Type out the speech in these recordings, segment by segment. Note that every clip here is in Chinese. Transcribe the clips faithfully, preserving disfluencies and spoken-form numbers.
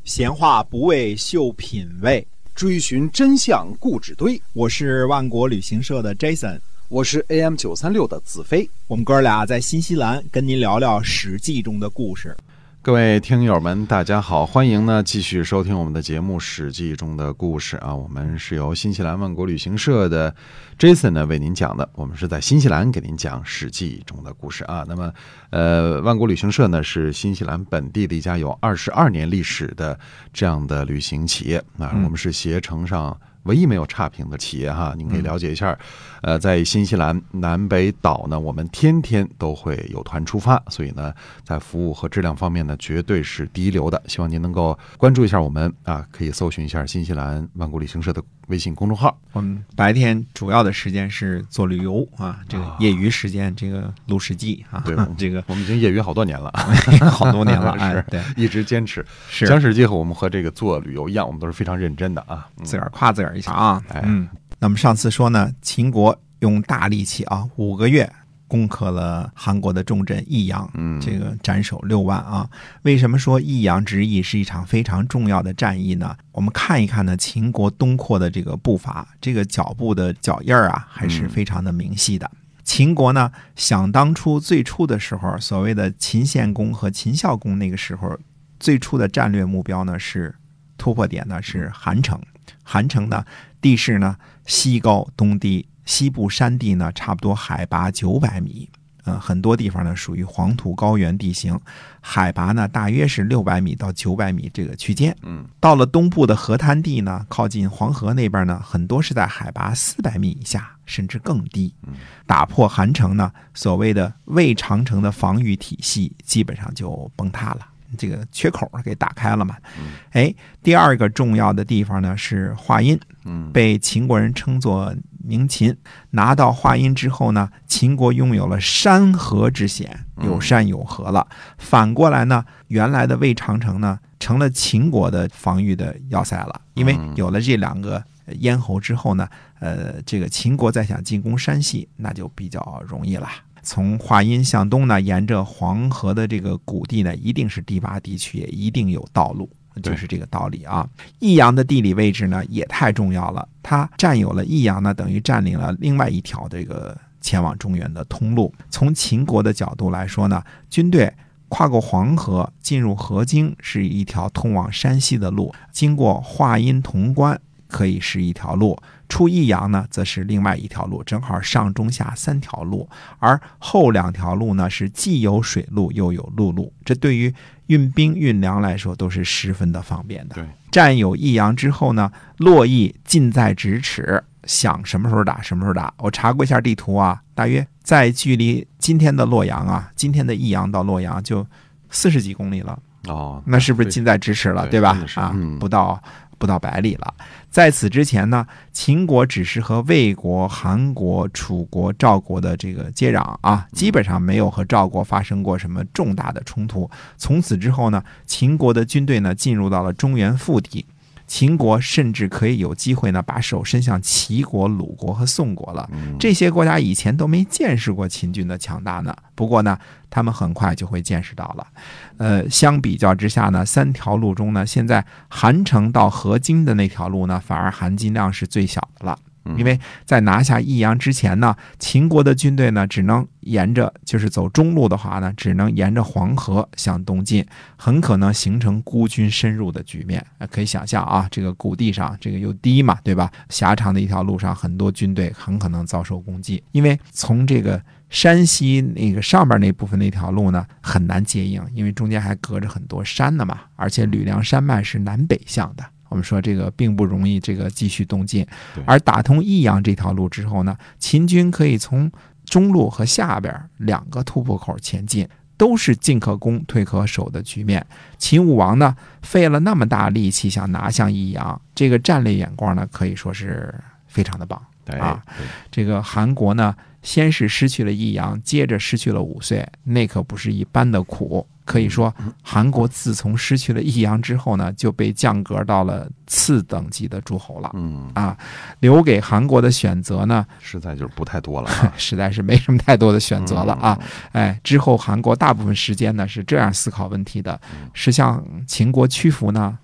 闲话不为秀品味， 追寻真相故纸堆。 我是万国旅行社的 Jason， 我是 A M 九三六 的子飞。 我们哥俩在新西兰跟您聊聊史记中的故事。 各位听友们大家好，欢迎呢继续收听我们的节目《史记中的故事》啊，我们是由新西兰万国旅行社的 Jason 呢为您讲的，我们是在新西兰给您讲《史记中的故事》啊。那么呃，万国旅行社呢是新西兰本地的一家有二十二年历史的这样的旅行企业啊，我们是携程上唯一没有差评的企业哈，您可以了解一下。呃，在新西兰南北岛呢，我们天天都会有团出发，所以呢，在服务和质量方面呢，绝对是第一流的。希望您能够关注一下我们啊，可以搜寻一下新西兰万国旅行社的微信公众号。 我们白天主要的时间是做旅游啊，这个业余时间这个录史记啊， 对， 这个我们已经业余好多年了， 好多年了， 是， 对， 一直坚持。 是讲史记和我们和这个做旅游一样，我们都是非常认真的啊， 嗯、自个儿夸自个儿一下啊， 哎、 嗯。那么上次说呢，秦国用大力气啊，五个月攻克了韩国的重镇益阳， 嗯， 这个斩首六万啊。为什么说益阳之役是一场非常重要的战役呢？我们看一看呢，秦国东扩的这个步伐，这个脚步的脚印啊，还是非常的明细的。嗯、秦国呢，想当初最初的时候，所谓的秦献公和秦孝公那个时候，最初的战略目标呢是突破点呢是韩城。韩城呢，地势呢西高东低，西部山地呢差不多海拔九百米，呃，很多地方呢属于黄土高原地形，海拔呢大约是六百米到九百米这个区间。 嗯， 到了东部的河滩地呢，靠近黄河那边呢，很多是在海拔四百米以下，甚至更低。打破韩城呢，所谓的魏长城的防御体系基本上就崩塌了。这个缺口给打开了嘛？哎，第二个重要的地方呢是华阴，被秦国人称作明秦。拿到华阴之后呢，秦国拥有了山河之险，有山有河了。反过来呢，原来的魏长城呢成了秦国的防御的要塞了，因为有了这两个咽喉之后呢，呃，这个秦国再想进攻山西，那就比较容易了。从华阴向东呢，沿着黄河的这个谷地呢，一定是低洼地区，也一定有道路，就是这个道理啊。益阳的地理位置呢，也太重要了，它占有了益阳呢，等于占领了另外一条这个前往中原的通路。从秦国的角度来说呢，军队跨过黄河进入河津是一条通往山西的路，经过华阴潼关可以是一条路，出益阳呢则是另外一条路，正好上中下三条路，而后两条路呢是既有水路又有陆路，这对于运兵运粮来说都是十分的方便的。 对， 占有益阳之后呢，洛邑近在咫尺，想什么时候打什么时候打。我查过一下地图啊，大约在距离今天的洛阳啊，今天的益阳到洛阳就四十几公里了。 哦， 那是不是近在咫尺了， 对, 对吧？啊， 嗯、 不到。不到百里了。在此之前呢，秦国只是和魏国、韩国、楚国、赵国的这个接壤啊，基本上没有和赵国发生过什么重大的冲突。从此之后呢，秦国的军队呢进入到了中原腹地，秦国甚至可以有机会呢把手伸向齐国、鲁国和宋国了。这些国家以前都没见识过秦军的强大呢，不过呢，他们很快就会见识到了。呃，相比较之下呢，三条路中呢，现在韩城到河津的那条路呢，反而含金量是最小的了。因为在拿下益阳之前呢，秦国的军队呢只能沿着，就是走中路的话呢，只能沿着黄河向东进，很可能形成孤军深入的局面。可以想象啊，这个谷地上这个又低嘛，对吧？狭长的一条路上，很多军队很可能遭受攻击，因为从这个山西那个上边那部分那条路呢很难接应，因为中间还隔着很多山呢嘛，而且吕梁山脉是南北向的。我们说这个并不容易，这个继续东进。而打通益阳这条路之后呢，秦军可以从中路和下边两个突破口前进，都是进可攻退可守的局面。秦武王呢费了那么大力气想拿下益阳，这个战略眼光呢可以说是非常的棒啊。这个韩国呢先是失去了益阳，接着失去了五岁，那可不是一般的苦。可以说韩国自从失去了益阳之后呢，就被降格到了次等级的诸侯了。嗯啊，留给韩国的选择呢， 实在就是不太多了、啊， 实在是没什么太多的选择了啊。哎，之后韩国大部分时间呢是这样思考问题的：是向秦国屈服呢，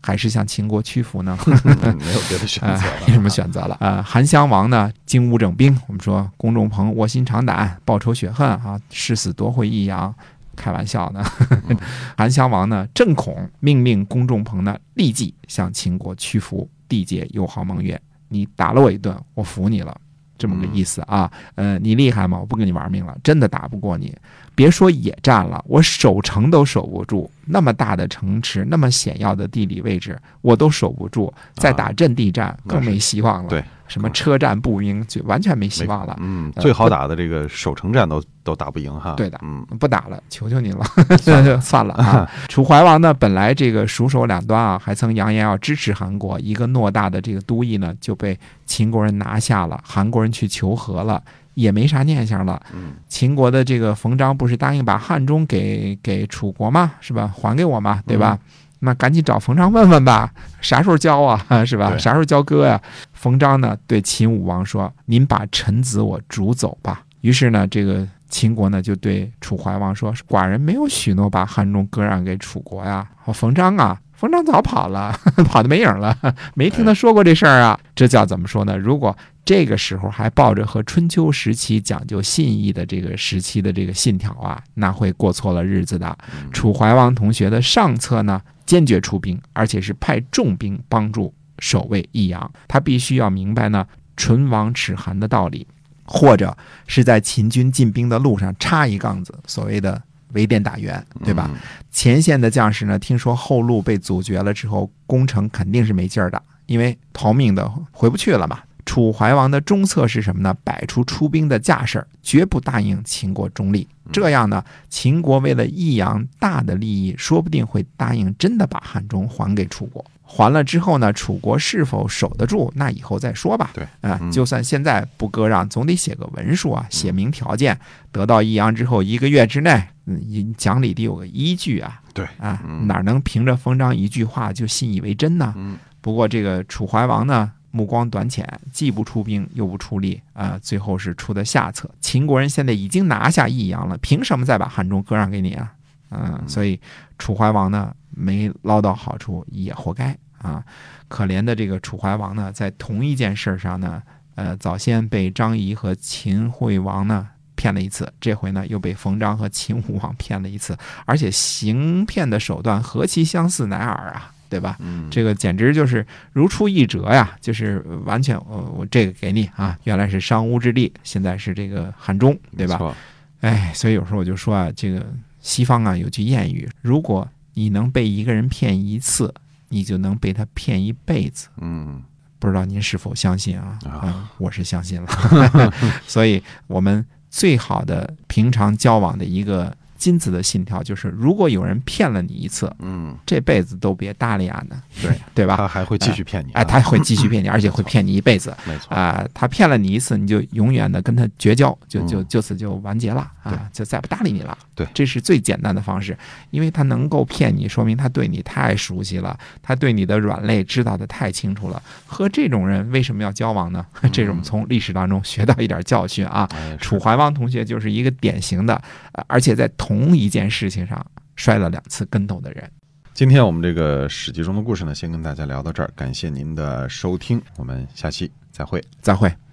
还是向秦国屈服呢？ 没有别的选择了， 呃、没什么选择了。呃，韩襄王呢，精武整兵，我们说公仲朋卧薪尝胆，报仇雪恨啊，誓死夺回益阳。开玩笑呢，韩襄王呢，正恐命令公仲朋呢立即向秦国屈服，缔结友好盟约。你打了我一顿，我服你了，这么个意思啊。呃，你厉害吗？我不跟你玩命了，真的打不过你。别说野战了，我守城都守不住，那么大的城池，那么险要的地理位置，我都守不住，再打阵地战更没希望了。 对， 什么车战步兵就完全没希望了。 嗯，最好打的这个守城战都都打不赢哈。 对的， 嗯， 不打了，求求您了，算了啊。楚怀王呢，本来这个蜀手两端啊，还曾扬言要支持韩国，一个偌大的这个都邑呢，就被秦国人拿下了，韩国人去求和了。也没啥念想了。秦国的这个冯章不是答应把汉中给给楚国吗？是吧？还给我嘛，对吧？嗯、那赶紧找冯章问问吧，啥时候交啊？是吧？啥时候交割呀？冯章呢对秦武王说：“您把臣子我逐走吧。”于是呢，这个秦国呢就对楚怀王说：“寡人没有许诺把汉中割让给楚国呀。”冯章啊。冯章早跑了，跑得没影了，没听他说过这事儿啊。这叫怎么说呢？如果这个时候还抱着和春秋时期讲究信义的这个时期的这个信条啊，那会过错了日子的。楚怀王同学的上策呢，坚决出兵，而且是派重兵帮助守卫益阳。他必须要明白呢，唇亡齿寒的道理，或者是在秦军进兵的路上插一杠子，所谓的围点打援，对吧？前线的将士呢，听说后路被阻绝了之后，攻城肯定是没劲儿的，因为逃命的回不去了嘛。楚怀王的中策是什么呢？摆出出兵的架势，绝不答应秦国中立。这样呢，秦国为了益阳大的利益，说不定会答应真的把汉中还给楚国。还了之后呢，楚国是否守得住，那以后再说吧。 对， 啊、呃，就算现在不割让，总得写个文书啊，写明条件。得到益阳之后，一个月之内，嗯，讲理得有个依据啊。 对， 啊，哪能凭着冯章一句话就信以为真呢？ 嗯， 不过这个楚怀王呢，目光短浅，既不出兵又不出力啊、呃，最后是出的下策。秦国人现在已经拿下益阳了，凭什么再把汉中割让给你啊？嗯、呃，所以楚怀王呢没捞到好处，也活该啊！可怜的这个楚怀王呢，在同一件事上呢，呃，早先被张仪和秦惠王呢骗了一次，这回呢又被冯章和秦武王骗了一次，而且行骗的手段何其相似乃尔啊！对吧？ 嗯， 这个简直就是如出一辙呀！就是完全，我、呃、我这个给你啊，原来是商巫之地，现在是这个汉中，对吧？哎，所以有时候我就说啊，这个西方啊有句谚语，如果你能被一个人骗一次，你就能被他骗一辈子。 嗯， 不知道您是否相信啊？啊、嗯，我是相信了。所以我们最好的平常交往的一个金子的信条就是，如果有人骗了你一次， 嗯， 这辈子都别搭理俺的， 对对吧？ 他还会继续骗你， 哎，他会继续骗你，而且会骗你一辈子， 没错啊、呃。他骗了你一次，你就永远的跟他绝交，就就就此就完结了啊，就再不搭理你了。 对， 这是最简单的方式，因为他能够骗你，说明他对你太熟悉了，他对你的软肋知道的太清楚了。和这种人为什么要交往呢？这是我们从历史当中学到一点教训啊。 哎、 楚怀王同学就是一个典型的，而且在同一件事情上摔了两次跟头的人。 今天我们这个史记中的故事呢，先跟大家聊到这儿，感谢您的收听，我们下期再会， 再会。